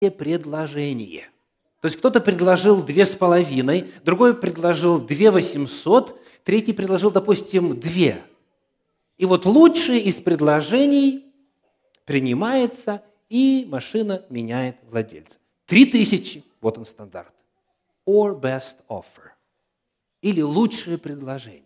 предложение. То есть кто-то предложил 2,5, другой предложил 2,800, третий предложил, допустим, 2. И вот лучшее из предложений принимается, и машина меняет владельца. 3000, вот он стандарт. Or best offer. Или лучшее предложение.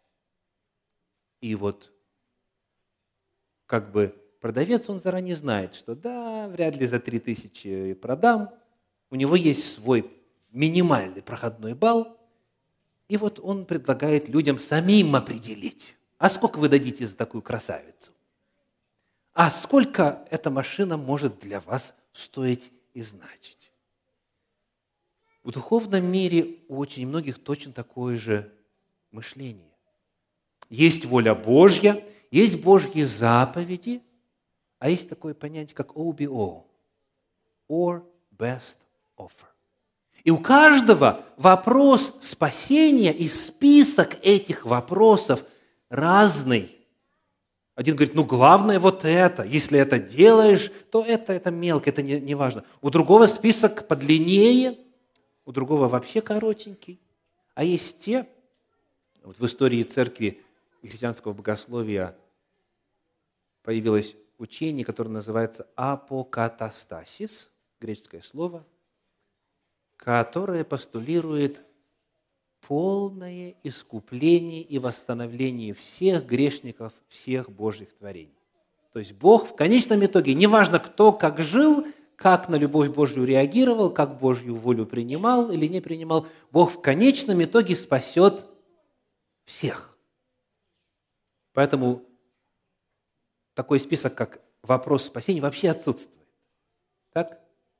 И вот как бы продавец, он заранее знает, что да, вряд ли за 3000 продам. У него есть свой минимальный проходной балл. И вот он предлагает людям самим определить, а сколько вы дадите за такую красавицу? А сколько эта машина может для вас стоить и значить? В духовном мире у очень многих точно такое же мышление. Есть воля Божья, есть Божьи заповеди, а есть такое понятие, как OBO, or best offer. И у каждого вопрос спасения и список этих вопросов разный. Один говорит, главное вот это. Если это делаешь, то это мелко, это не важно. У другого список подлиннее, у другого вообще коротенький. А есть те, вот в истории церкви и христианского богословия появилось учение, которое называется апокатастасис, греческое слово, которое постулирует полное искупление и восстановление всех грешников, всех Божьих творений. То есть Бог в конечном итоге, неважно кто как жил, как на любовь Божью реагировал, как Божью волю принимал или не принимал, Бог в конечном итоге спасет всех. Поэтому такой список, как вопрос спасения, вообще отсутствует. Так?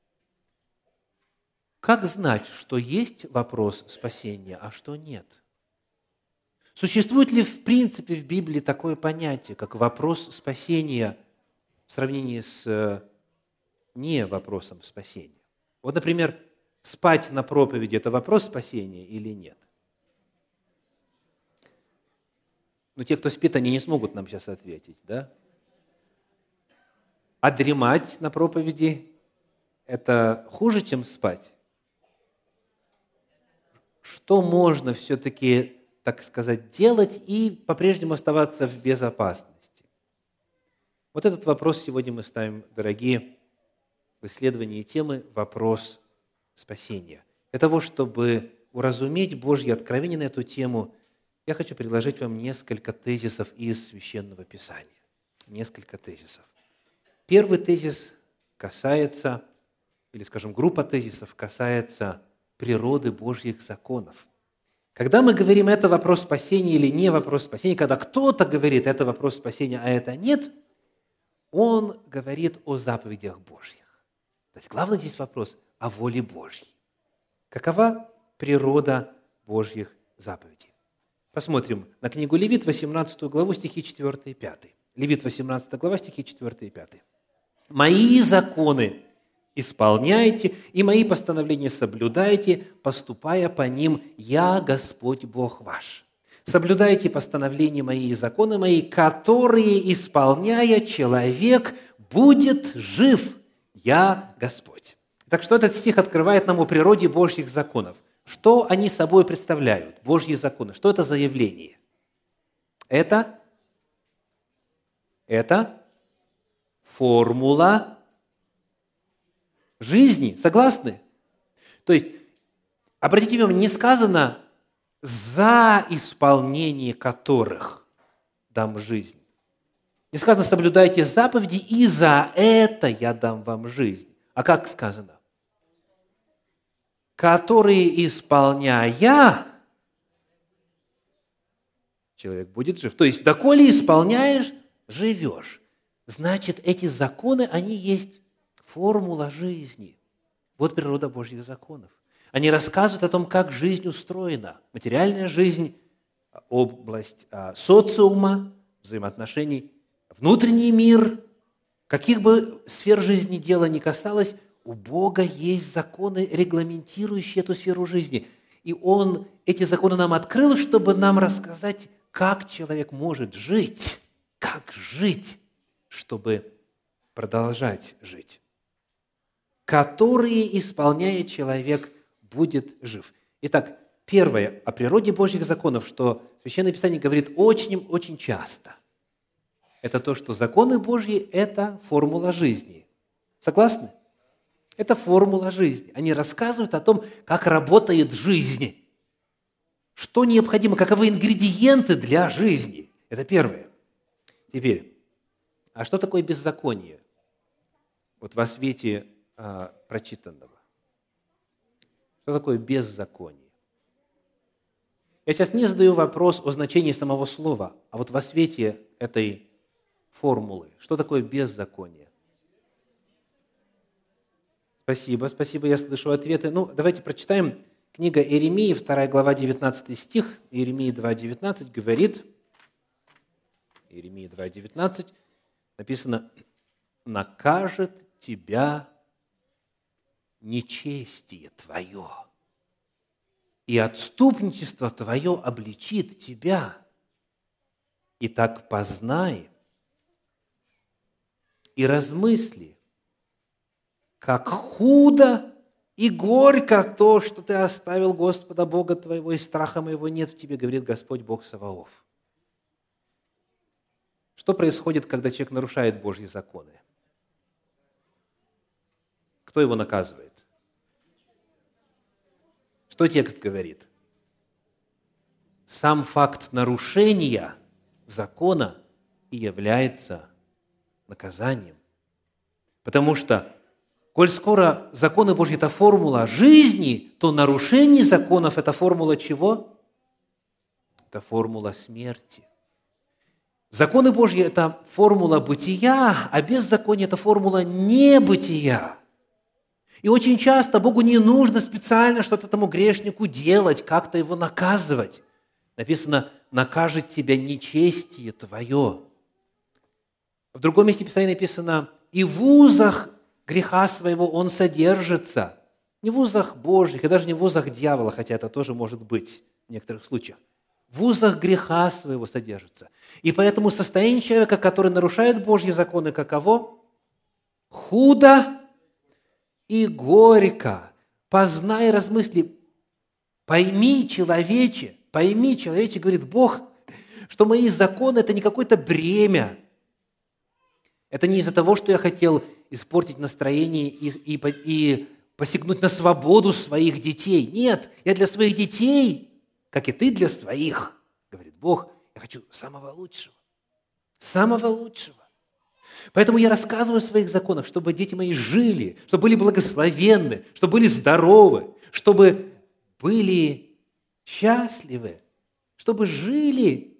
Как знать, что есть вопрос спасения, а что нет? Существует ли в принципе в Библии такое понятие, как вопрос спасения в сравнении с не вопросом спасения? Вот, например, спать на проповеди – это вопрос спасения или нет? Но те, кто спит, они не смогут нам сейчас ответить, да? А дремать на проповеди – это хуже, чем спать? Что можно все-таки, так сказать, делать и по-прежнему оставаться в безопасности? Вот этот вопрос сегодня мы ставим, дорогие, в исследовании темы «Вопрос спасения». Для того, чтобы уразуметь Божье откровение на эту тему, я хочу предложить вам несколько тезисов из Священного Писания. Несколько тезисов. Первый тезис касается, или, скажем, группа тезисов касается природы Божьих законов. Когда мы говорим, это вопрос спасения или не вопрос спасения, когда кто-то говорит, это вопрос спасения, а это нет, он говорит о заповедях Божьих. То есть главный здесь вопрос о воле Божьей. Какова природа Божьих заповедей? Посмотрим на книгу Левит, 18 главу, стихи 4 и 5. Левит, 18 глава, стихи 4 и 5. «Мои законы исполняйте, и мои постановления соблюдайте, поступая по ним, я Господь Бог ваш. Соблюдайте постановления мои и законы мои, которые, исполняя, человек будет жив, я Господь». Так что этот стих открывает нам о природе Божьих законов. Что они собой представляют, Божьи законы? Что это за явление? Это формула жизни. Согласны? То есть, обратите внимание, не сказано «за исполнение которых дам жизнь». Не сказано «соблюдайте заповеди, и за это я дам вам жизнь». А как сказано? «Которые, исполняя, человек будет жив». То есть, доколе исполняешь, живешь. Значит, эти законы, они есть формула жизни. Вот природа Божьих законов. Они рассказывают о том, как жизнь устроена. Материальная жизнь, область социума, взаимоотношений, внутренний мир. Каких бы сфер жизни дело ни касалось, у Бога есть законы, регламентирующие эту сферу жизни. И Он эти законы нам открыл, чтобы нам рассказать, как человек может жить, чтобы продолжать жить. которые, исполняя человек, будет жив. Итак, первое о природе Божьих законов, что Священное Писание говорит очень часто. Это то, что законы Божьи – это формула жизни. Согласны? Это формула жизни. Они рассказывают о том, как работает жизнь. Что необходимо, каковы ингредиенты для жизни. Это первое. Теперь, а что такое беззаконие? Вот во свете прочитанного. Что такое беззаконие? Я сейчас не задаю вопрос о значении самого слова, а вот во свете этой формулы. Что такое беззаконие? Спасибо, я слышу ответы. Давайте прочитаем. Книга Иеремии, 2 глава, 19 стих. Иеремии 2:19 говорит, Иеремии 2:19 написано: «Накажет тебя нечестие твое, и отступничество твое обличит тебя. Итак, познай и размысли, как худо и горько то, что ты оставил Господа Бога твоего, и страха моего нет в тебе, говорит Господь Бог Саваоф». Что происходит, когда человек нарушает Божьи законы? Кто его наказывает? Что текст говорит? Сам факт нарушения закона и является наказанием. Потому что, коль скоро законы Божьи – это формула жизни, то нарушение законов – это формула чего? Это формула смерти. Законы Божьи – это формула бытия, а беззаконие – это формула небытия. И очень часто Богу не нужно специально что-то тому грешнику делать, как-то его наказывать. Написано: «накажет тебя нечестие твое». В другом месте Писания написано: «И в узах греха своего он содержится». Не в узах Божьих, и даже не в узах дьявола, хотя это тоже может быть в некоторых случаях. В узах греха своего содержится. И поэтому состояние человека, который нарушает Божьи законы, каково? Худо и горько. Познай и размысли. Пойми, человече, говорит Бог, что мои законы – это не какое-то бремя. Это не из-за того, что я хотел испортить настроение и посягнуть на свободу своих детей. Нет, я для своих детей, как и ты для своих, говорит Бог, я хочу самого лучшего. Самого лучшего. Поэтому я рассказываю о своих законах, чтобы дети мои жили, чтобы были благословенны, чтобы были здоровы, чтобы были счастливы, чтобы жили.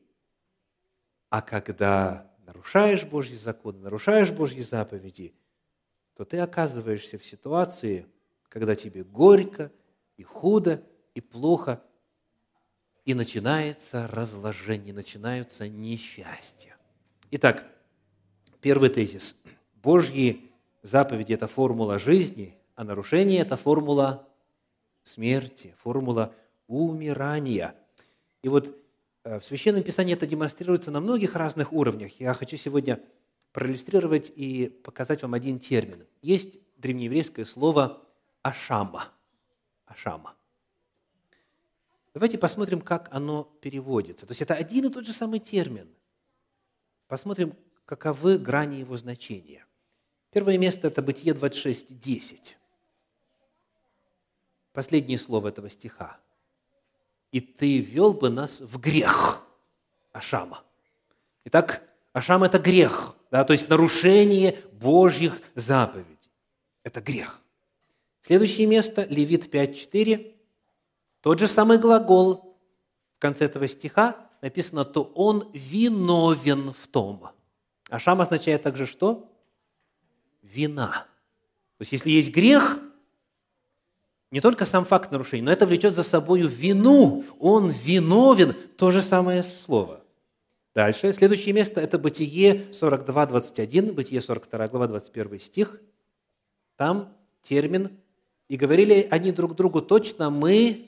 А когда нарушаешь Божьи законы, нарушаешь Божьи заповеди, то ты оказываешься в ситуации, когда тебе горько и худо и плохо, и начинается разложение, начинаются несчастья. Итак, первый тезис. Божьи заповеди – это формула жизни, а нарушение – это формула смерти, формула умирания. И вот в Священном Писании это демонстрируется на многих разных уровнях. Я хочу сегодня проиллюстрировать и показать вам один термин. Есть древнееврейское слово «ашама». «Ашама». Давайте посмотрим, как оно переводится. То есть это один и тот же самый термин. Посмотрим, каковы грани его значения. Первое место – это Бытие 26:10. Последнее слово этого стиха. «И ты вел бы нас в грех». Ашама. Итак, ашама – это грех, да, то есть нарушение Божьих заповедей. Это грех. Следующее место – Левит 5:4. Тот же самый глагол в конце этого стиха написано: «то он виновен в том». Ашам означает также что? Вина. То есть, если есть грех, не только сам факт нарушения, но это влечет за собой вину. Он виновен. То же самое слово. Дальше. Следующее место – это Бытие 42:21, Бытие 42 глава, 21 стих. Там термин «и говорили они друг другу: точно мы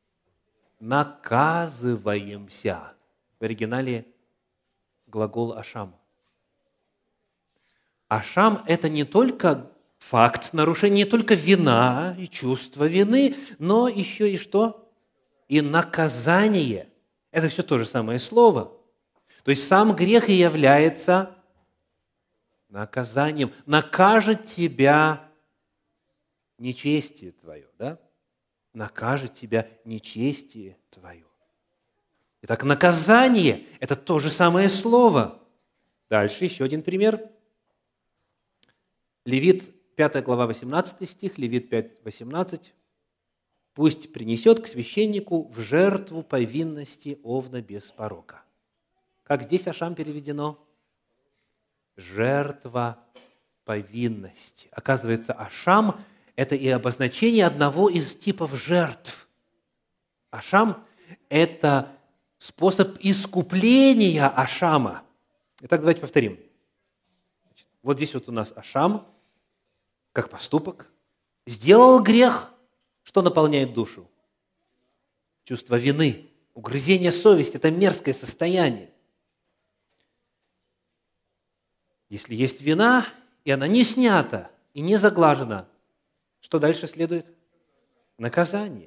наказываемся». В оригинале глагол «ашам». Ашам – это не только факт нарушения не только вина и чувство вины, но еще и что? И наказание. Это все то же самое слово. То есть сам грех и является наказанием. Накажет тебя нечестие твое, да? Накажет тебя нечестие твое. Итак, наказание – это то же самое слово. Дальше еще один пример. Левит, 5 глава, 18 стих, Левит 5, 18. «Пусть принесет к священнику в жертву повинности овна без порока». Как здесь ашам переведено? Жертва повинности. Оказывается, ашам – это и обозначение одного из типов жертв. Ашам – это способ искупления ашама. Итак, давайте повторим. Вот здесь вот у нас ашам, как поступок. Сделал грех, что наполняет душу? Чувство вины, угрызение совести – это мерзкое состояние. Если есть вина, и она не снята, и не заглажена, что дальше следует? Наказание.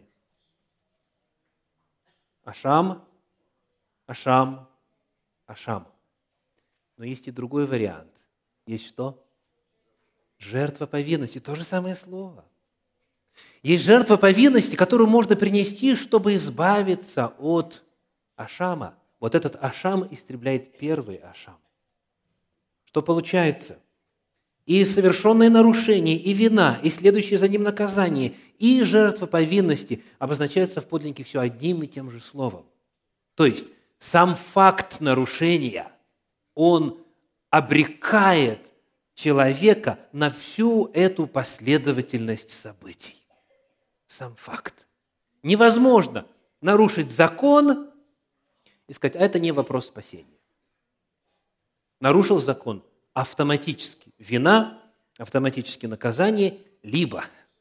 Ашам, ашам, ашам. Но есть и другой вариант. Есть что? Жертва повинности. То же самое слово. Есть жертва повинности, которую можно принести, чтобы избавиться от ашама. Вот этот ашам истребляет первый ашам. Что получается? И совершенное нарушение, и вина, и следующее за ним наказание, и жертва повинности обозначаются в подлиннике все одним и тем же словом. То есть сам факт нарушения, он обрекает человека на всю эту последовательность событий. Сам факт. Невозможно нарушить закон и сказать, а это не вопрос спасения. Нарушил закон автоматически вина, автоматически наказание, либо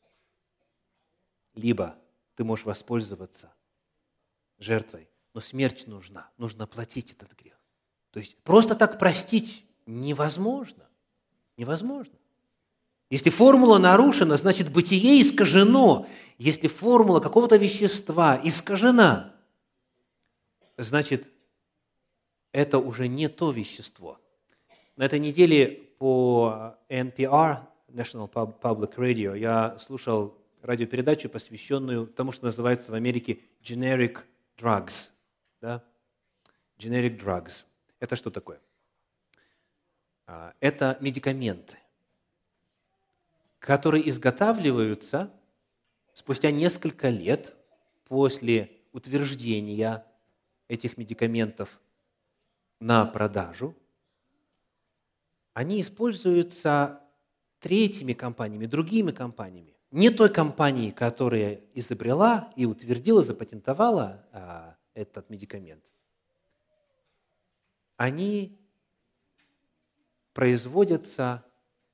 ты можешь воспользоваться жертвой, но смерть нужна, нужно оплатить этот грех. То есть просто так простить невозможно. Невозможно. Если формула нарушена, значит, бытие искажено. Если формула какого-то вещества искажена, значит, это уже не то вещество. На этой неделе по NPR, National Public Radio, я слушал радиопередачу, посвященную тому, что называется в Америке generic drugs. Да? Generic drugs. Это что такое? Это медикаменты, которые изготавливаются спустя несколько лет после утверждения этих медикаментов на продажу. Они используются третьими компаниями, другими компаниями. Не той компанией, которая изобрела и утвердила, запатентовала этот медикамент. Они производятся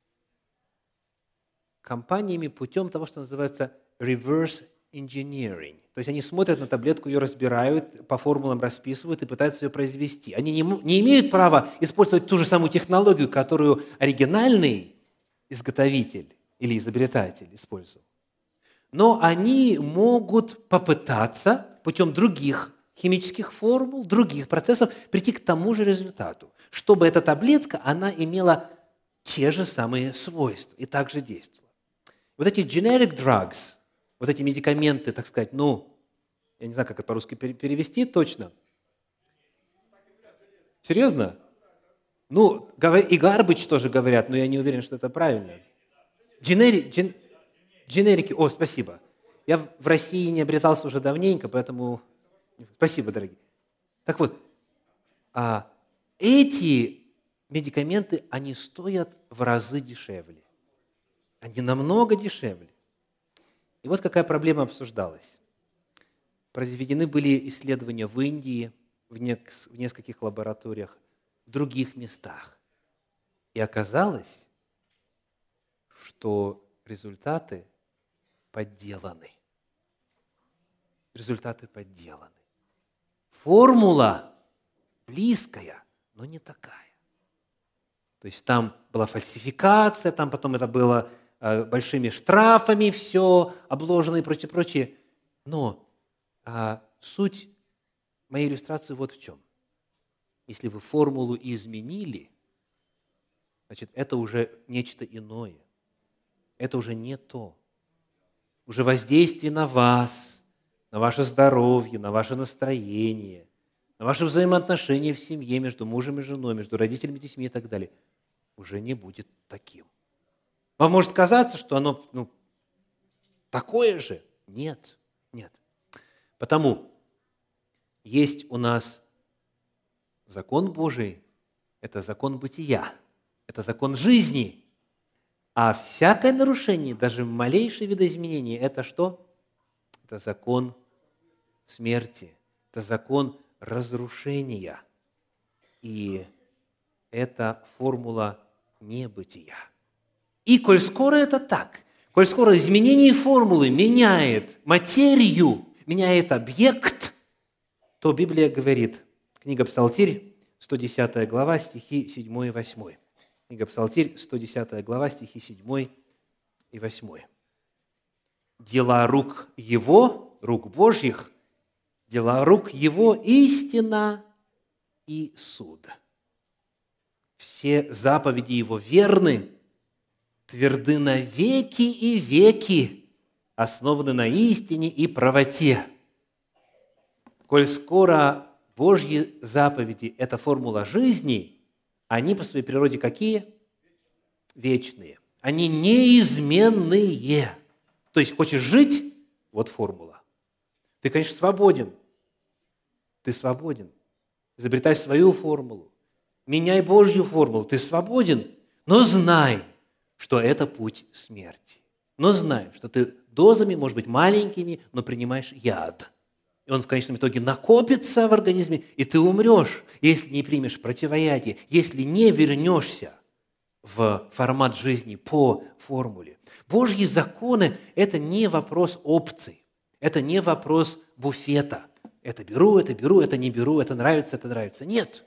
компаниями путем того, что называется reverse engineering. То есть они смотрят на таблетку, ее разбирают, по формулам расписывают и пытаются ее произвести. Они не имеют права использовать ту же самую технологию, которую оригинальный изготовитель или изобретатель использовал. Но они могут попытаться путем других химических формул, других процессов прийти к тому же результату, чтобы эта таблетка, она имела те же самые свойства и также действовала. Вот эти generic drugs, вот эти медикаменты, так сказать, я не знаю, как это по-русски перевести точно. Серьезно? И garbage тоже говорят, но я не уверен, что это правильно. Дженерики. О, спасибо. Я в России не обретался уже давненько, поэтому спасибо, дорогие. Так вот, эти медикаменты, они стоят в разы дешевле. Они намного дешевле. И вот какая проблема обсуждалась. Произведены были исследования в Индии, в нескольких лабораториях, в других местах. И оказалось, что результаты подделаны. Результаты подделаны. Формула близкая, но не такая. То есть там была фальсификация, там потом это было большими штрафами все обложено и прочее, прочее. Но суть моей иллюстрации вот в чем. Если вы формулу изменили, значит, это уже нечто иное. Это уже не то. Уже воздействие на вас, на ваше здоровье, на ваше настроение, на ваши взаимоотношения в семье между мужем и женой, между родителями и детьми и так далее, уже не будет таким. Вам может казаться, что оно такое же. Нет, нет. Потому есть у нас закон Божий, это закон бытия, это закон жизни. А всякое нарушение, даже малейшее видоизменение, это что? Это закон смерти, это закон разрушения. И это формула небытия. И коль скоро это так, коль скоро изменение формулы меняет материю, меняет объект, то Библия говорит, книга Псалтирь, 110 глава, стихи 7 и 8. Книга Псалтирь, 110 глава, стихи 7 и 8. «Дела рук Его, рук Божьих, дела рук Его истина и суд. Все заповеди Его верны, тверды на веки и веки, основаны на истине и правоте». Коль скоро Божьи заповеди – это формула жизни, они по своей природе какие? Вечные. Они неизменные. То есть, хочешь жить? Вот формула. Ты, конечно, свободен. Ты свободен. Изобретай свою формулу. Меняй Божью формулу. Ты свободен, но знай, что это путь смерти. Но знай, что ты дозами, может быть, маленькими, но принимаешь яд. И он в конечном итоге накопится в организме, и ты умрешь, если не примешь противоядие, если не вернешься в формат жизни по формуле. Божьи законы – это не вопрос опций, это не вопрос буфета. Это беру, это не беру, это нравится. Нет.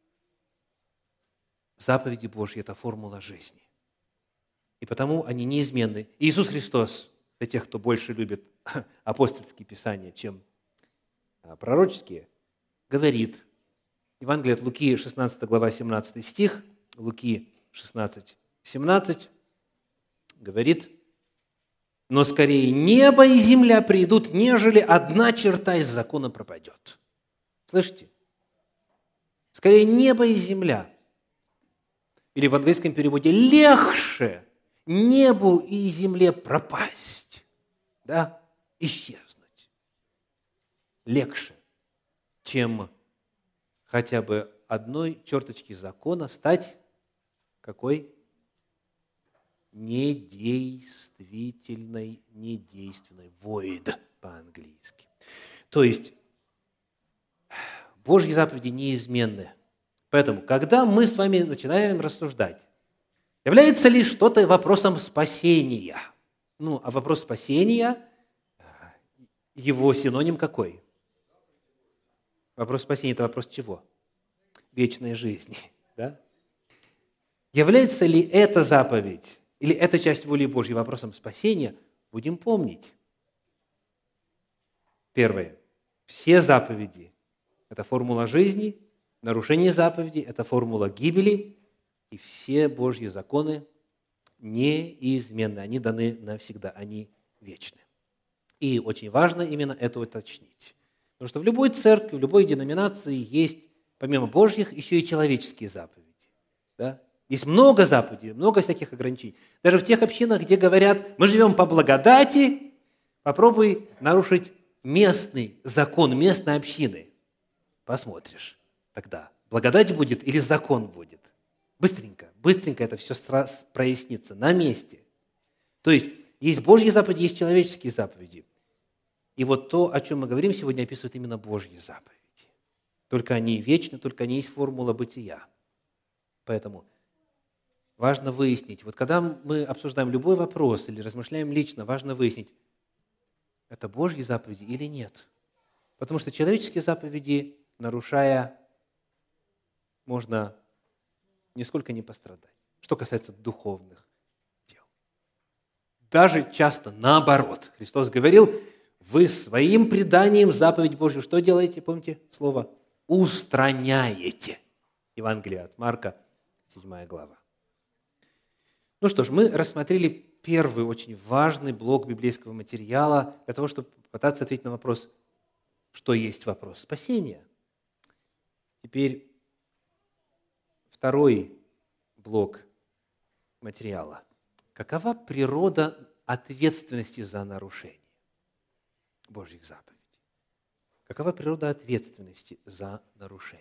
Заповеди Божьи – это формула жизни. И потому они неизменны. Иисус Христос, для тех, кто больше любит апостольские писания, чем пророческие, говорит, Евангелие от Луки, 16 глава, 17 стих, Луки 16, 17, говорит, «Но скорее небо и земля придут, нежели одна черта из закона пропадет». Слышите? Скорее небо и земля. Или в английском переводе «легче небу и земле пропасть», да, исчезнуть. Легче, чем хотя бы одной черточки закона стать какой? Недейственной, void по-английски. То есть, Божьи заповеди неизменны. Поэтому, когда мы с вами начинаем рассуждать, является ли что-то вопросом спасения? А вопрос спасения, его синоним какой? Вопрос спасения – это вопрос чего? Вечной жизни. Да? Является ли эта заповедь или эта часть воли Божьей вопросом спасения? Будем помнить. Первое. Все заповеди – это формула жизни, нарушение заповедей – это формула гибели, и все Божьи законы неизменны. Они даны навсегда, они вечны. И очень важно именно это уточнить. Потому что в любой церкви, в любой деноминации есть, помимо Божьих, еще и человеческие заповеди. Да? Есть много заповедей, много всяких ограничений. Даже в тех общинах, где говорят, мы живем по благодати, попробуй нарушить местный закон местной общины. Посмотришь тогда, благодать будет или закон будет. Быстренько это все прояснится на месте. То есть Божьи заповеди, есть человеческие заповеди. И вот то, о чем мы говорим сегодня, описывает именно Божьи заповеди. Только они вечны, только они есть формула бытия. Поэтому важно выяснить, вот когда мы обсуждаем любой вопрос или размышляем лично, важно выяснить, это Божьи заповеди или нет. Потому что человеческие заповеди, нарушая, можно нисколько не пострадать. Что касается духовных дел. даже часто наоборот. Христос говорил, вы своим преданием заповедь Божью что делаете? Помните слово? Устраняете. Евангелие от Марка, 7 глава. Ну что ж, мы рассмотрели первый очень важный блок библейского материала для того, чтобы попытаться ответить на вопрос, что есть вопрос спасения. Теперь второй блок материала. Какова природа ответственности за нарушение Божьих заповедей? Какова природа ответственности за нарушение?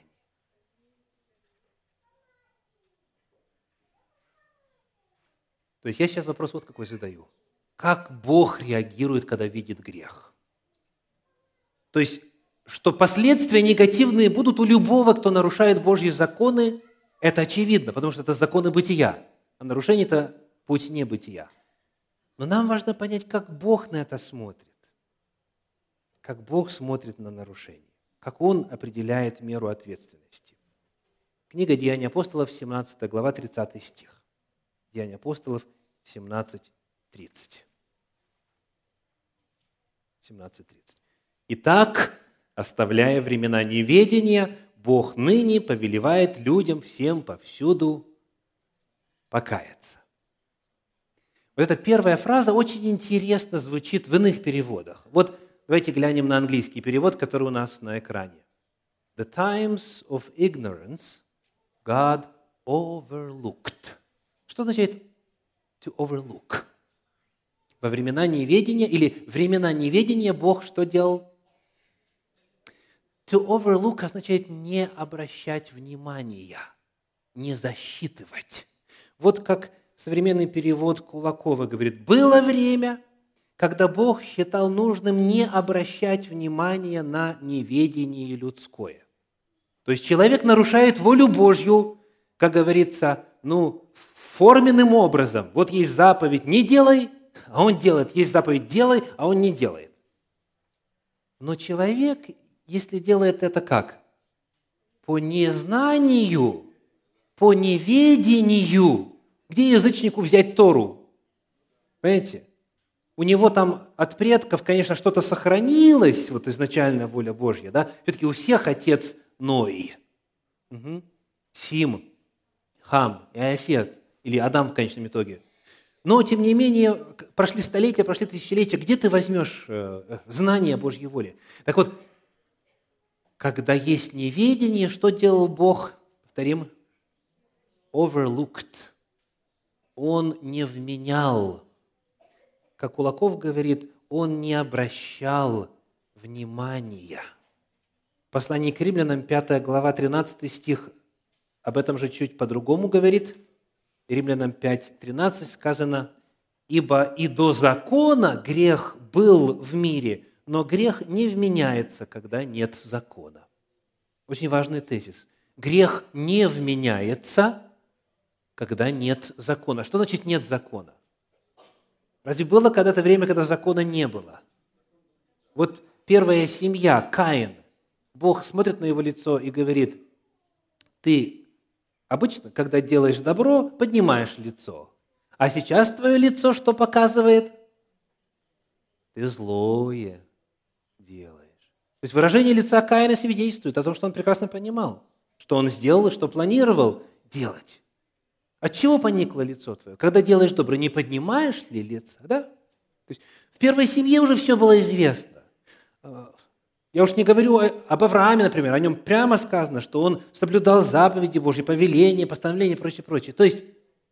То есть я сейчас вопрос вот какой задаю. Как Бог реагирует, когда видит грех? То есть, что последствия негативные будут у любого, кто нарушает Божьи законы, это очевидно, потому что это законы бытия, а нарушение – это путь небытия. Но нам важно понять, как Бог на это смотрит, как Бог смотрит на нарушение, как Он определяет меру ответственности. Книга «Деяния апостолов», 17 глава, 30 стих. Деяния апостолов, 17:30. 17:30. «Итак, оставляя времена неведения, Бог ныне повелевает людям всем повсюду покаяться». Вот эта первая фраза очень интересно звучит в иных переводах. Вот давайте глянем на английский перевод, который у нас на экране. «The times of ignorance God overlooked». Что означает to overlook? Во времена неведения или времена неведения Бог что делал? To overlook означает не обращать внимания, не засчитывать. Вот как современный перевод Кулакова говорит, было время, когда Бог считал нужным не обращать внимания на неведение людское. То есть человек нарушает волю Божью, как говорится, форменным образом. Вот есть заповедь «не делай», а он делает. Есть заповедь «делай», а он не делает. Но человек, если делает это как? По незнанию, по неведению. Где язычнику взять Тору? Понимаете? У него там от предков, конечно, что-то сохранилось, вот изначальная воля Божья, да? Все-таки у всех отец Ной. Угу. Сим, Хам и Иафет, или Адам в конечном итоге. Но, тем не менее, прошли столетия, прошли тысячелетия. Где ты возьмешь знание Божьей воли? Так вот, когда есть неведение, что делал Бог? Повторим. Overlooked. Он не вменял. Как Кулаков говорит, он не обращал внимания. В послании к Римлянам, 5 глава, 13 стих, об этом же чуть по-другому говорит. Римлянам 5:13 сказано, «Ибо и до закона грех был в мире, но грех не вменяется, когда нет закона». Очень важный тезис. Грех не вменяется, когда нет закона. Что значит нет закона? Разве было когда-то время, когда закона не было? Вот первая семья, Каин, Бог смотрит на его лицо и говорит, ты обычно, когда делаешь добро, поднимаешь лицо. А сейчас твое лицо что показывает? Ты злое делаешь. То есть выражение лица Каина свидетельствует о том, что он прекрасно понимал, что он сделал и что планировал делать. От чего поникло лицо твое? Когда делаешь добро, не поднимаешь ли лица? Да? То есть в первой семье уже все было известно. Я уж не говорю об Аврааме, например, о нем прямо сказано, что он соблюдал заповеди Божьи, повеления, постановления и прочее, прочее. То есть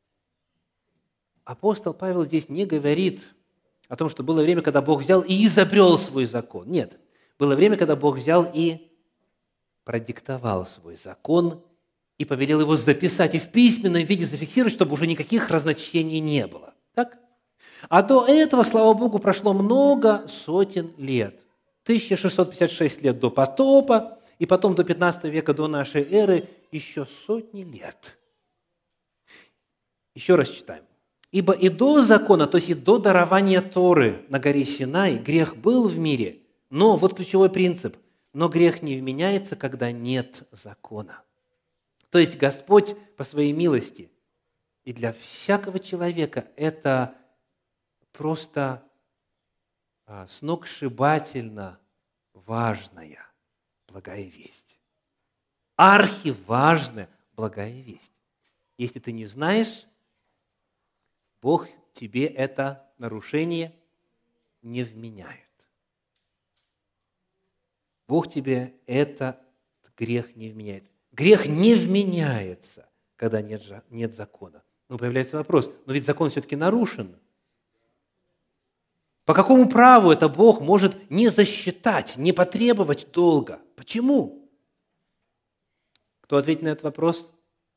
апостол Павел здесь не говорит о том, что было время, когда Бог взял и изобрел свой закон. Нет, было время, когда Бог взял и продиктовал свой закон и повелел его записать и в письменном виде зафиксировать, чтобы уже никаких разночтений не было. Так? А до этого, слава Богу, прошло много сотен лет. 1656 лет до потопа, и потом до 15 века до нашей эры еще сотни лет. Еще раз читаем. «Ибо и до закона, то есть и до дарования Торы на горе Синай, грех был в мире, но, вот ключевой принцип, но грех не вменяется, когда нет закона». То есть Господь по своей милости и для всякого человека это просто сногсшибательно важная благая весть. Архиважная благая весть. Если ты не знаешь, Бог тебе это нарушение не вменяет. Бог тебе этот грех не вменяет. Грех не вменяется, когда нет закона. Но появляется вопрос, но ведь закон все-таки нарушен. По какому праву это Бог может не засчитать, не потребовать долга? Почему? Кто ответит на этот вопрос?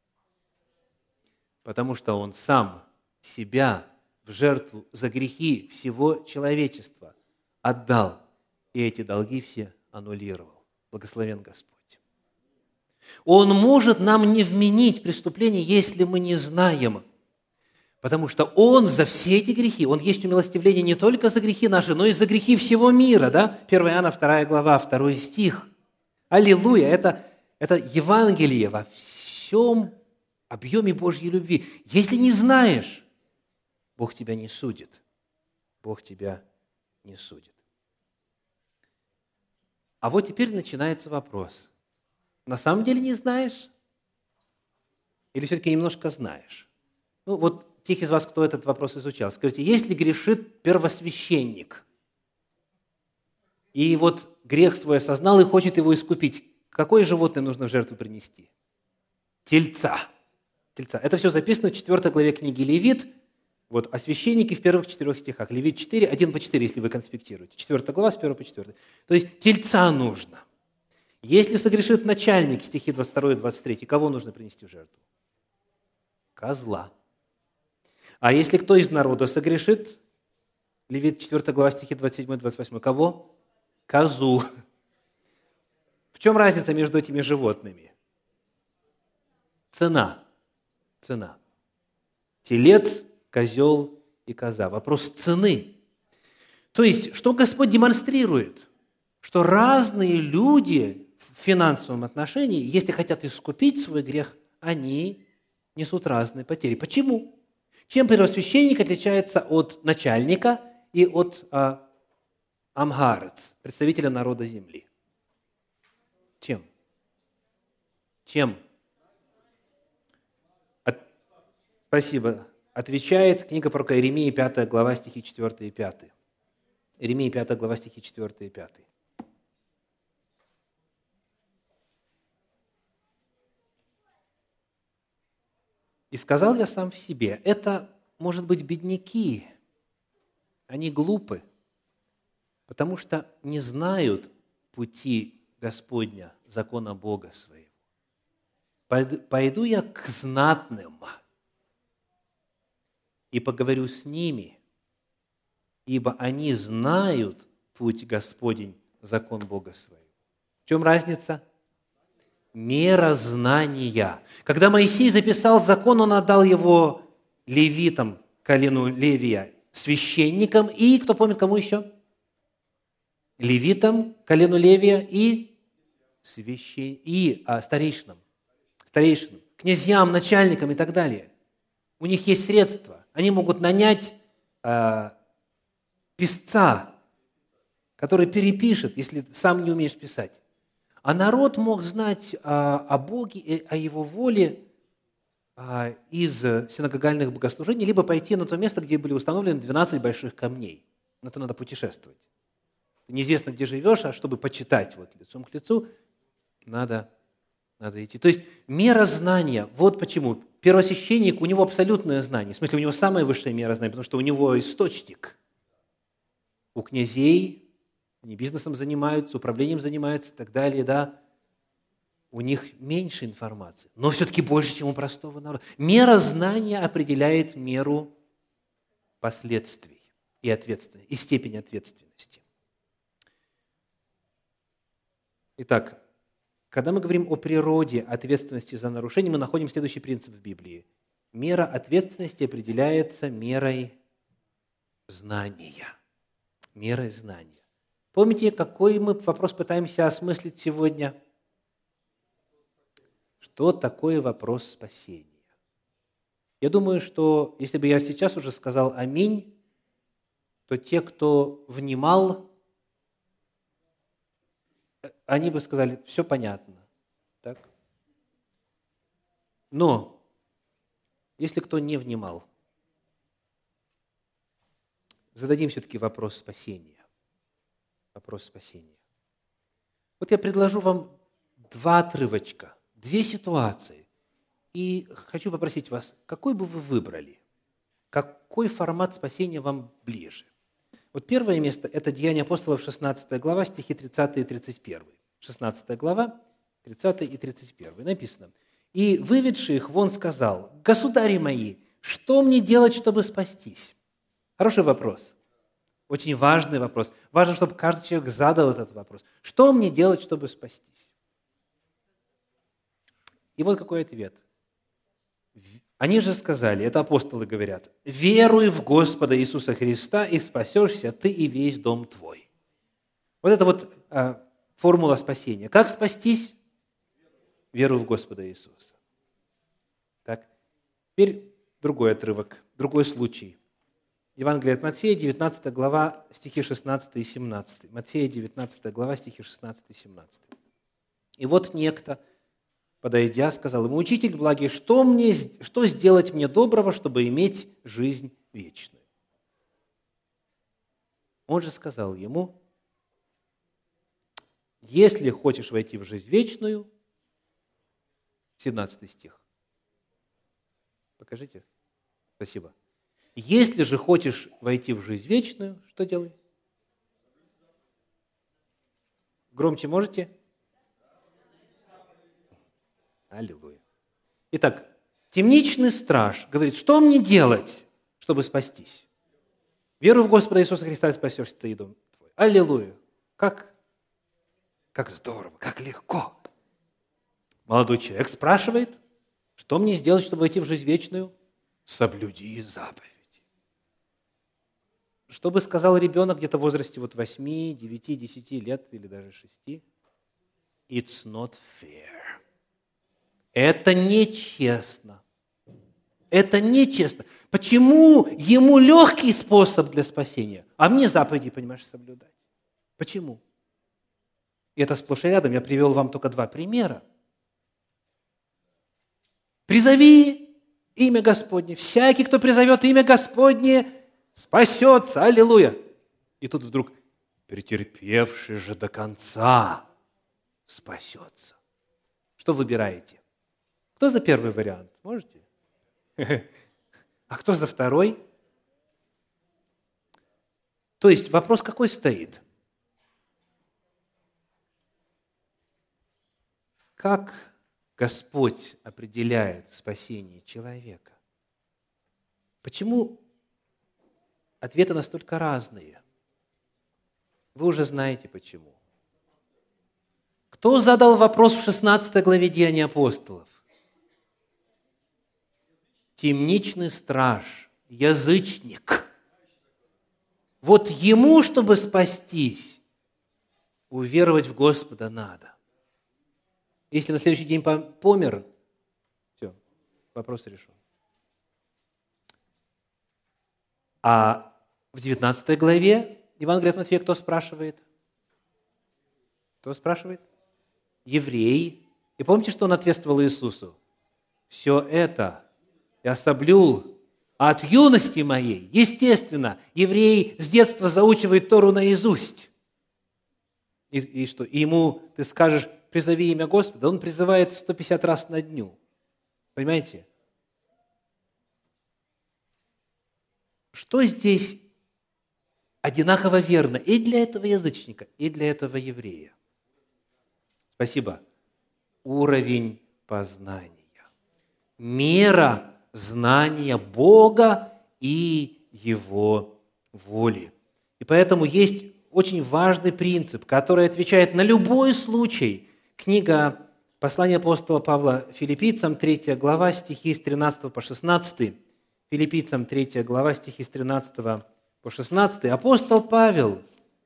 Потому что Он сам себя в жертву за грехи всего человечества отдал, и эти долги все аннулировал. Благословен Господь. Он может нам не вменить преступление, если мы не знаем, потому что Он за все эти грехи, Он есть умилостивление не только за грехи наши, но и за грехи всего мира. Да? 1 Иоанна 2 глава, 2 стих. Аллилуйя! Это Евангелие во всем объеме Божьей любви. Если не знаешь, Бог тебя не судит. Бог тебя не судит. А вот теперь начинается вопрос. На самом деле не знаешь? Или все-таки немножко знаешь? Вот тех из вас, кто этот вопрос изучал, скажите, если грешит первосвященник, и вот грех свой осознал и хочет его искупить, какое животное нужно в жертву принести? Тельца. Это все записано в 4 главе книги Левит, вот о священнике в первых 4 стихах. Левит 4, 1-4, если вы конспектируете. 4 глава, с 1 по 4. То есть тельца нужно. Если согрешит начальник, стихи 22 и 23, кого нужно принести в жертву? Козла. А если кто из народа согрешит, Левит 4 глава, стихи 27 и 28, кого? Козу. В чем разница между этими животными? Цена. Телец, козел и коза. Вопрос цены. То есть, что Господь демонстрирует? Что разные люди в финансовом отношении, если хотят искупить свой грех, они несут разные потери. Почему? Чем первосвященник отличается от начальника и от амгарец, представителя народа земли? Чем? Спасибо. Отвечает книга пророка Иеремии, 5 глава, стихи 4 и 5. Иеремии, 5 глава, стихи 4 и 5. «И сказал я сам в себе, это, может быть, бедняки, они глупы, потому что не знают пути Господня, закона Бога своего. Пойду я к знатным и поговорю с ними, ибо они знают путь Господень, закон Бога своего». В чем разница? Мера знания. Когда Моисей записал закон, он отдал его левитам, колену Левия, священникам и, кто помнит, кому еще? Левитам, колену Левия и старейшинам, князьям, начальникам и так далее. У них есть средства. Они могут нанять писца, который перепишет, если сам не умеешь писать. А народ мог знать о Боге и о Его воле из синагогальных богослужений, либо пойти на то место, где были установлены 12 больших камней. На это надо путешествовать. Неизвестно, где живешь, а чтобы почитать лицом к лицу, надо идти. То есть мера знания, вот почему. Первосвященник, у него абсолютное знание, в смысле, у него самая высшая мера знания, потому что у него источник. У князей, они бизнесом занимаются, управлением занимаются и так далее, да, у них меньше информации, но все-таки больше, чем у простого народа. Мера знания определяет меру последствий и ответственности, и степень ответственности. Итак, когда мы говорим о природе ответственности за нарушение, мы находим следующий принцип в Библии. Мера ответственности определяется мерой знания. Мерой знания. Помните, какой мы вопрос пытаемся осмыслить сегодня? Что такое вопрос спасения? Я думаю, что если бы я сейчас уже сказал «Аминь», то те, кто внимал, они бы сказали, все понятно. Так? Но если кто не внимал, зададим все-таки вопрос спасения. Вопрос спасения. Вот я предложу вам два отрывочка, две ситуации. И хочу попросить вас, какой бы вы выбрали? Какой формат спасения вам ближе? Вот первое место – это Деяния апостолов, 16 глава, стихи 30 и 31. 16 глава, 30 и 31. Написано. «И, выведший их вон, сказал: государи мои, что мне делать, чтобы спастись?» Хороший вопрос. Очень важный вопрос. Важно, чтобы каждый человек задал этот вопрос. Что мне делать, чтобы спастись? И вот какой ответ. Они же сказали, это апостолы говорят: «Веруй в Господа Иисуса Христа, и спасешься ты и весь дом твой». Вот это вот формула спасения. Как спастись? Веруй в Господа Иисуса. Так. Теперь другой отрывок, другой случай. Евангелие от Матфея, 19 глава, стихи 16 и 17. Матфея, 19 глава, стихи 16 и 17. «И вот некто, подойдя, сказал ему: учитель благий, что сделать мне доброго, чтобы иметь жизнь вечную? Он же сказал ему: если хочешь войти в жизнь вечную, 17 стих. Покажите. Спасибо. Если же хочешь войти в жизнь вечную, что делай? Громче можете? Аллилуйя. Итак, темничный страж говорит: что мне делать, чтобы спастись? Веруй в Господа Иисуса Христа, и спасешься ты и дом твой. Аллилуйя. Как здорово, как легко. Молодой человек спрашивает: что мне сделать, чтобы войти в жизнь вечную? Соблюди заповедь. Что бы сказал ребенок где-то в возрасте 8, 9, 10 лет или даже 6? It's not fair. Это нечестно. Это нечестно. Почему ему легкий способ для спасения, а мне заповеди, понимаешь, соблюдать? Почему? И это сплошь и рядом. Я привел вам только два примера. Призови имя Господне. Всякий, кто призовет имя Господне, спасется. Аллилуйя. И тут вдруг: претерпевший же до конца спасется. Что выбираете? Кто за первый вариант? Можете? А кто за второй? То есть вопрос какой стоит? Как Господь определяет спасение человека? Почему ответы настолько разные? Вы уже знаете почему. Кто задал вопрос в 16 главе Деяний апостолов? Темничный страж, язычник. Вот ему, чтобы спастись, уверовать в Господа надо. Если на следующий день помер, все, вопрос решен. А в 19 главе Евангелия от Матфея кто спрашивает? Кто спрашивает? Еврей. И помните, что он ответствовал Иисусу? Все это я соблюл от юности моей. Естественно, еврей с детства заучивает Тору наизусть. И что? И ему ты скажешь: призови имя Господа, он призывает 150 раз на дню. Понимаете? Что здесь одинаково верно и для этого язычника, и для этого еврея? Спасибо. Уровень познания. Мера знания Бога и Его воли. И поэтому есть очень важный принцип, который отвечает на любой случай. Книга Послание апостола Павла Филиппийцам, 3 глава, стихи с 13 по 16. Филиппийцам, 3 глава, стихи с 13 по 16. Апостол Павел,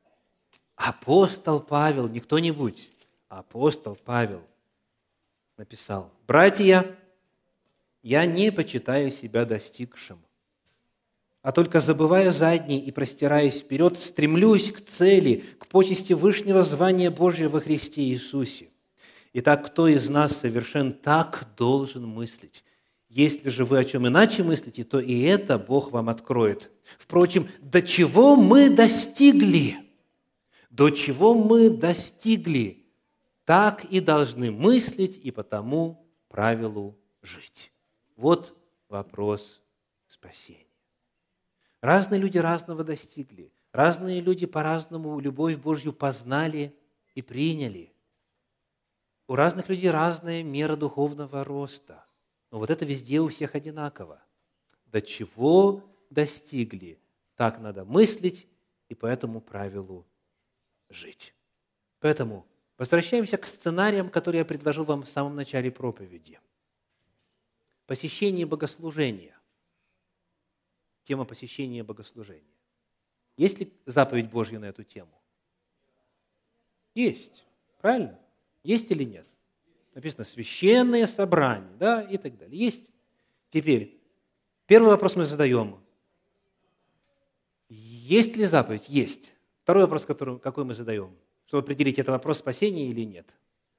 не кто-нибудь, апостол Павел написал: «Братья, я не почитаю себя достигшим, а только забывая задний и простираясь вперед, стремлюсь к цели, к почести вышнего звания Божьего во Христе Иисусе. Итак, кто из нас совершен, так должен мыслить. Если же вы о чем иначе мыслите, то и это Бог вам откроет. Впрочем, до чего мы достигли? До чего мы достигли, так и должны мыслить и по тому правилу жить. Вот вопрос спасения. Разные люди разного достигли. Разные люди по-разному любовь Божью познали и приняли. У разных людей разная мера духовного роста. Но вот это везде у всех одинаково. До чего достигли, так надо мыслить и по этому правилу жить. Поэтому возвращаемся к сценариям, которые я предложил вам в самом начале проповеди. Посещение богослужения. Тема посещения богослужения. Есть ли заповедь Божья на эту тему? Есть. Правильно? Есть или нет? Написано «священное собрание», да, и так далее. Есть. Теперь, первый вопрос мы задаем. Есть ли заповедь? Есть. Второй вопрос, какой мы задаем, чтобы определить, это вопрос спасения или нет.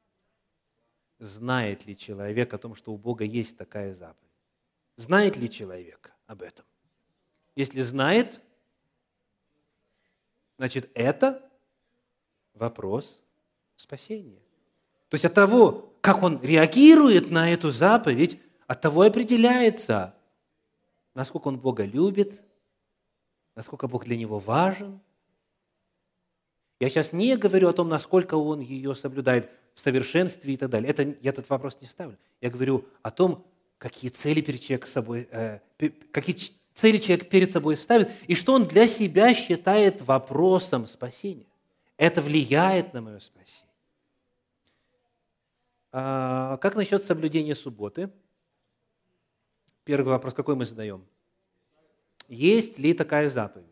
Знает ли человек о том, что у Бога есть такая заповедь? Знает ли человек об этом? Если знает, значит, это вопрос спасения. То есть от того, как он реагирует на эту заповедь, от того и определяется, насколько он Бога любит, насколько Бог для него важен. Я сейчас не говорю о том, насколько он ее соблюдает в совершенстве и так далее. Я этот вопрос не ставлю. Я говорю о том, какие цели человек перед собой ставит, и что он для себя считает вопросом спасения. Это влияет на мое спасение. Как насчет соблюдения субботы? Первый вопрос, какой мы задаем? Есть ли такая заповедь?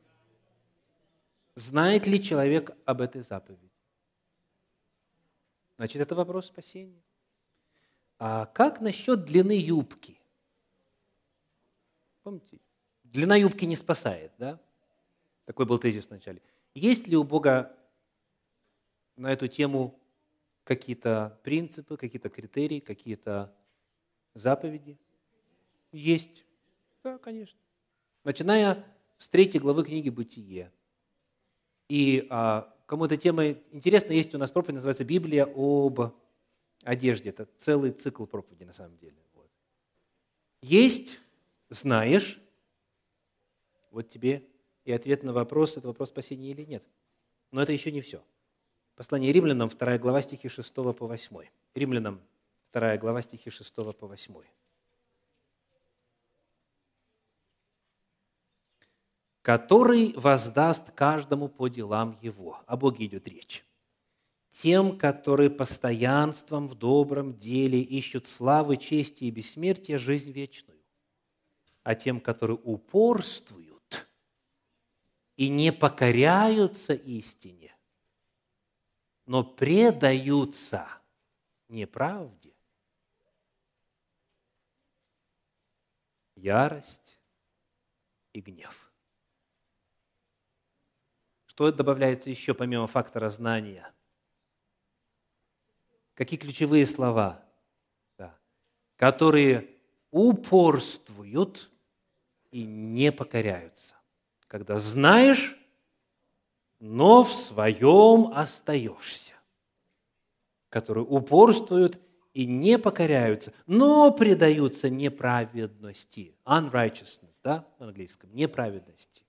Знает ли человек об этой заповеди? Значит, это вопрос спасения. А как насчет длины юбки? Помните, длина юбки не спасает, да? Такой был тезис вначале. Есть ли у Бога на эту тему какие-то принципы, какие-то критерии, какие-то заповеди? Есть. Да, конечно. Начиная с 3 главы книги «Бытие». И кому эта тема интересна, есть у нас проповедь, называется «Библия об одежде». Это целый цикл проповеди на самом деле. Вот. Есть, знаешь, вот тебе и ответ на вопрос, это вопрос спасения или нет. Но это еще не все. Послание Римлянам, 2 глава, стихи 6 по 8. Римлянам, 2 глава, стихи 6 по 8. «Который воздаст каждому по делам его». О Боге идет речь. «Тем, которые постоянством в добром деле ищут славы, чести и бессмертия, жизнь вечную. А тем, которые упорствуют и не покоряются истине, но предаются неправде, ярость и гнев». Что добавляется еще помимо фактора знания? Какие ключевые слова? Да. Которые упорствуют и не покоряются. Когда знаешь, но в своем остаешься. Которые упорствуют и не покоряются, но предаются неправедности. Unrighteousness, да, в английском, неправедности.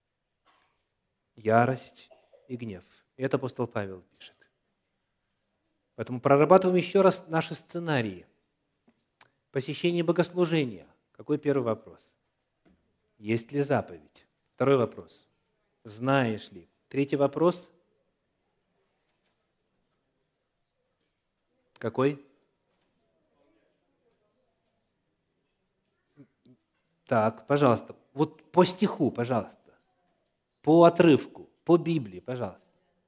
Ярость и гнев. И это апостол Павел пишет. Поэтому прорабатываем еще раз наши сценарии. Посещение богослужения. Какой первый вопрос? Есть ли заповедь? Второй вопрос. Знаешь ли? Третий вопрос. Какой? Так, пожалуйста. Вот по стиху, пожалуйста. По отрывку, по Библии, пожалуйста.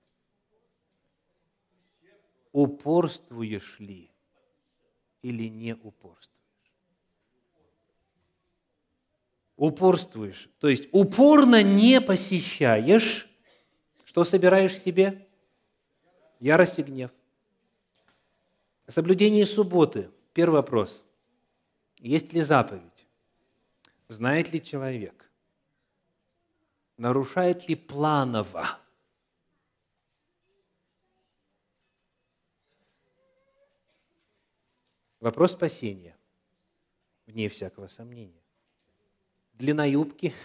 Упорствуешь ли или не упорствуешь? упорствуешь, то есть упорно не посещаешь, что собираешь себе? Ярость и гнев. Соблюдение субботы. Первый вопрос. Есть ли заповедь? Знает ли человек? Нарушает ли планово? Вопрос спасения, вне всякого сомнения. Длина юбки,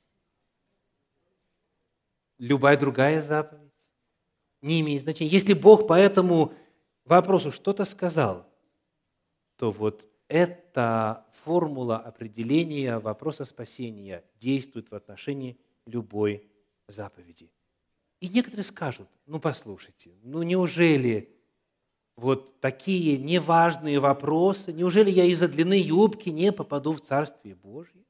любая другая заповедь не имеет значения. Если Бог по этому вопросу что-то сказал, то вот эта формула определения вопроса спасения действует в отношении любой заповеди. И некоторые скажут, послушайте, неужели вот такие неважные вопросы, неужели я из-за длины юбки не попаду в Царствие Божье?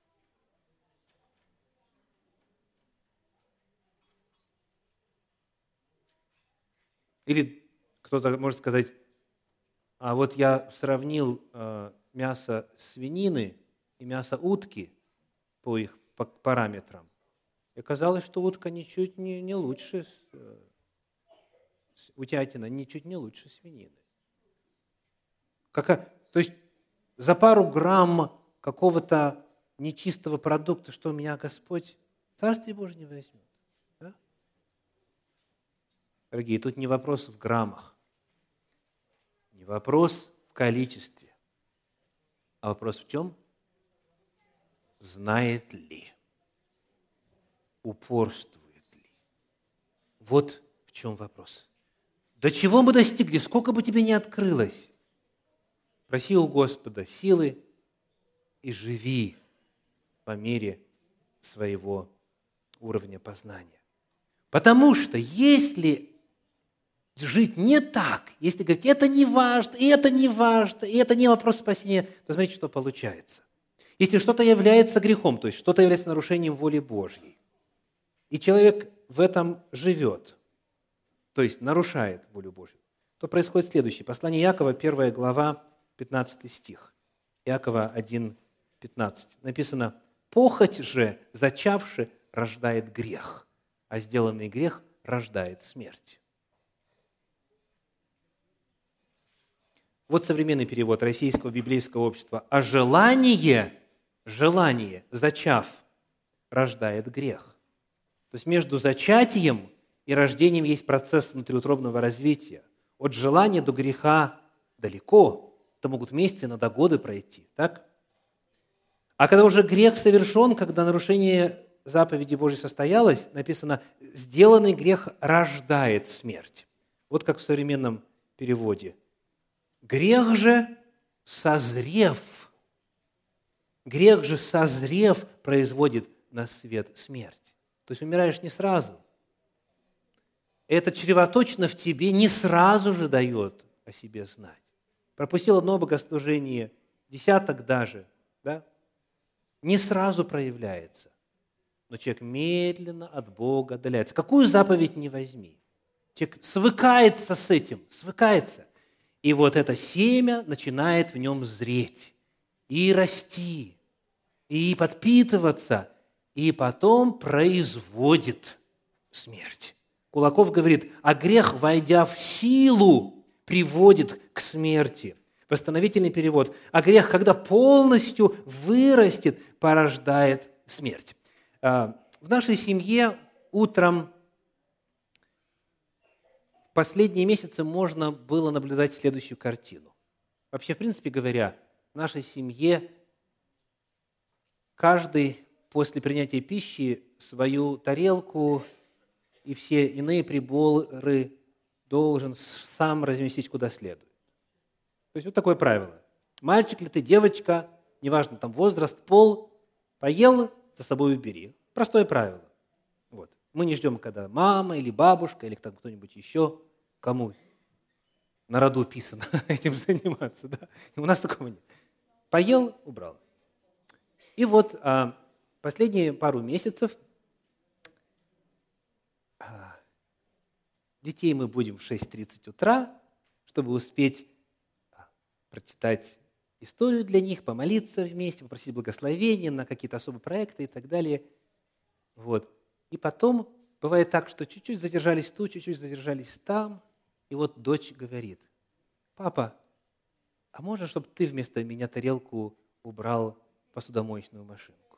Или кто-то может сказать, а вот я сравнил мясо свинины и мясо утки по их параметрам, и оказалось, что утка ничуть не лучше, утятина ничуть не лучше свинины. То есть за пару грамм какого-то нечистого продукта, что меня Господь в Царствие Божие не возьмет. Да? Дорогие, тут не вопрос в граммах, не вопрос в количестве, а вопрос в чем? Знает ли, упорствует ли. Вот в чем вопрос. До чего мы достигли, сколько бы тебе ни открылось, проси у Господа силы и живи по мере своего уровня познания. Потому что если жить не так, если говорить, это не важно, и это не важно, и это не вопрос спасения, то смотрите, что получается. Если что-то является грехом, то есть что-то является нарушением воли Божьей, и человек в этом живет, то есть нарушает волю Божью, то происходит следующее. Послание Иакова, 1 глава, 15 стих. Иакова 1, 15. Написано, «Похоть же, зачавши, рождает грех, а сделанный грех рождает смерть». Вот современный перевод Российского библейского общества. «А желание, зачав, рождает грех». То есть между зачатием и рождением есть процесс внутриутробного развития. От желания до греха далеко. Это могут месяцы, иногда годы пройти. Так? А когда уже грех совершен, когда нарушение заповеди Божьей состоялось, написано, сделанный грех рождает смерть. Вот как в современном переводе. Грех же созрев, производит на свет смерть. То есть умираешь не сразу. Это чревоточно в тебе не сразу же дает о себе знать. Пропустил одно богослужение, десяток даже, да? Не сразу проявляется. Но человек медленно от Бога отдаляется. Какую заповедь не возьми. Человек свыкается с этим, свыкается. И вот это семя начинает в нем зреть и расти, и подпитываться, и потом производит смерть. Кулаков говорит, а грех, войдя в силу, приводит к смерти. Восстановительный перевод. А грех, когда полностью вырастет, порождает смерть. В нашей семье утром в последние месяцы можно было наблюдать следующую картину. Вообще, в принципе говоря, в нашей семье каждый после принятия пищи свою тарелку и все иные приборы должен сам разместить куда следует. То есть вот такое правило. Мальчик ли ты, девочка, неважно там возраст, пол, поел, за собой убери. Простое правило. Вот. Мы не ждем, когда мама или бабушка или там кто-нибудь еще, кому на роду писано этим заниматься. Да? У нас такого нет. Поел, убрал. И вот последние пару месяцев детей мы будем в 6:30 утра, чтобы успеть прочитать историю для них, помолиться вместе, попросить благословения на какие-то особые проекты и так далее. Вот. И потом бывает так, что чуть-чуть задержались тут, чуть-чуть задержались там. И вот дочь говорит: папа, а можно, чтобы ты вместо меня тарелку убрал в посудомоечную машинку?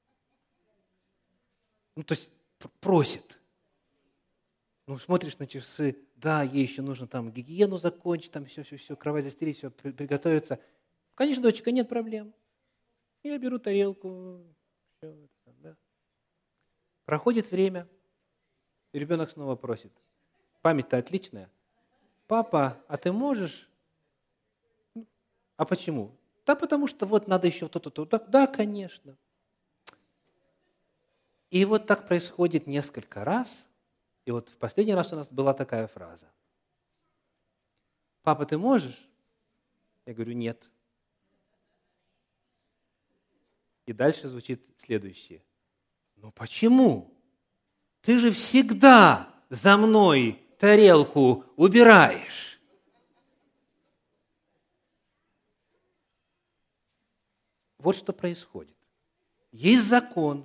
То есть просит. Смотришь на часы, да, ей еще нужно там гигиену закончить, там все, кровать застелить, все, приготовиться. Конечно, дочка, нет проблем. Я беру тарелку. Все, да. Проходит время, и ребенок снова просит. Память-то отличная. Папа, а ты можешь? А почему? Да, потому что вот надо еще то-то. Да, конечно. И вот так происходит несколько раз. И вот в последний раз у нас была такая фраза. Папа, ты можешь? Я говорю, нет. И дальше звучит следующее. Почему? Ты же всегда за мной тарелку убираешь. Вот что происходит. Есть закон,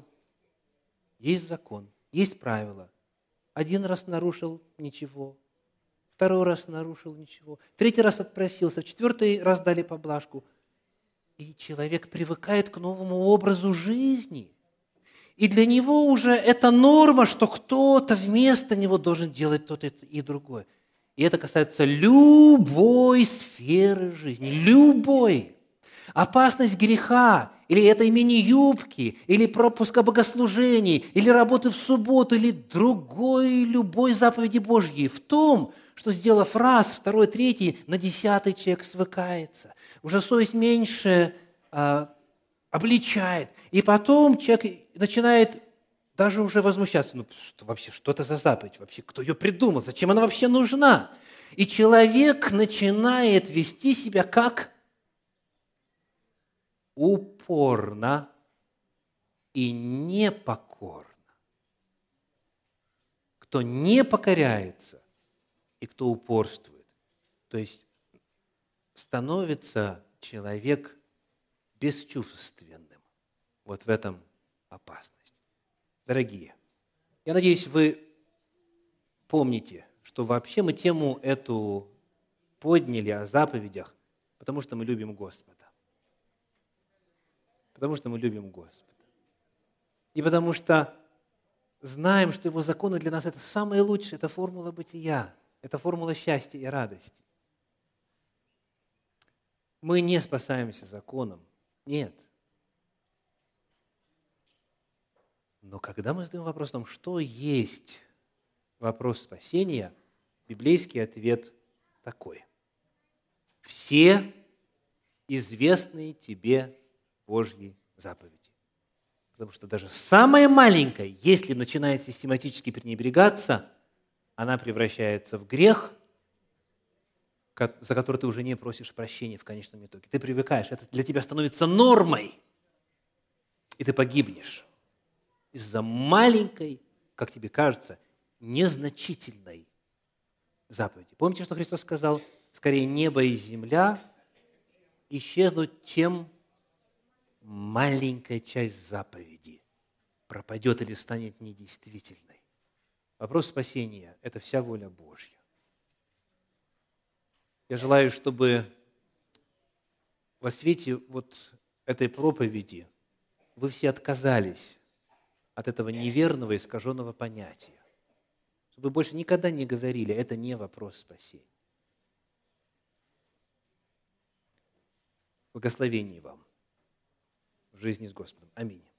есть правила. Один раз нарушил – ничего. Второй раз нарушил – ничего. Третий раз отпросился, в четвертый раз дали поблажку. И человек привыкает к новому образу жизни. И для него уже это норма, что кто-то вместо него должен делать то-то и другое. И это касается любой сферы жизни, любой. Опасность греха, или этой мини-юбки, или пропуска богослужений, или работы в субботу, или любой заповеди Божьей в том, что, сделав раз, второй, третий, на 10-й человек свыкается. Уже совесть меньше обличает. И потом человек начинает даже уже возмущаться. Что это за заповедь вообще? Кто ее придумал? Зачем она вообще нужна? И человек начинает вести себя как упорно и непокорно. Кто не покоряется и кто упорствует, то есть становится человек бесчувственным. Вот в этом опасность. Дорогие, я надеюсь, вы помните, что вообще мы тему эту подняли о заповедях, потому что мы любим Господа. Потому что мы любим Господа. И потому что знаем, что Его законы для нас – это самое лучшее, это формула бытия, это формула счастья и радости. Мы не спасаемся законом. Нет. Но когда мы задаем вопрос о том, что есть вопрос спасения, библейский ответ такой. Все известные тебе Божьи заповеди. Потому что даже самая маленькая, если начинает систематически пренебрегаться, она превращается в грех, за который ты уже не просишь прощения в конечном итоге. Ты привыкаешь, это для тебя становится нормой, и ты погибнешь из-за маленькой, как тебе кажется, незначительной заповеди. Помните, что Христос сказал? Скорее небо и земля исчезнут, чем маленькая часть заповеди пропадет или станет недействительной. Вопрос спасения – это вся воля Божья. Я желаю, чтобы во свете вот этой проповеди вы все отказались от этого неверного, искаженного понятия. Чтобы вы больше никогда не говорили, это не вопрос спасения. Благословений вам в жизни с Господом. Аминь.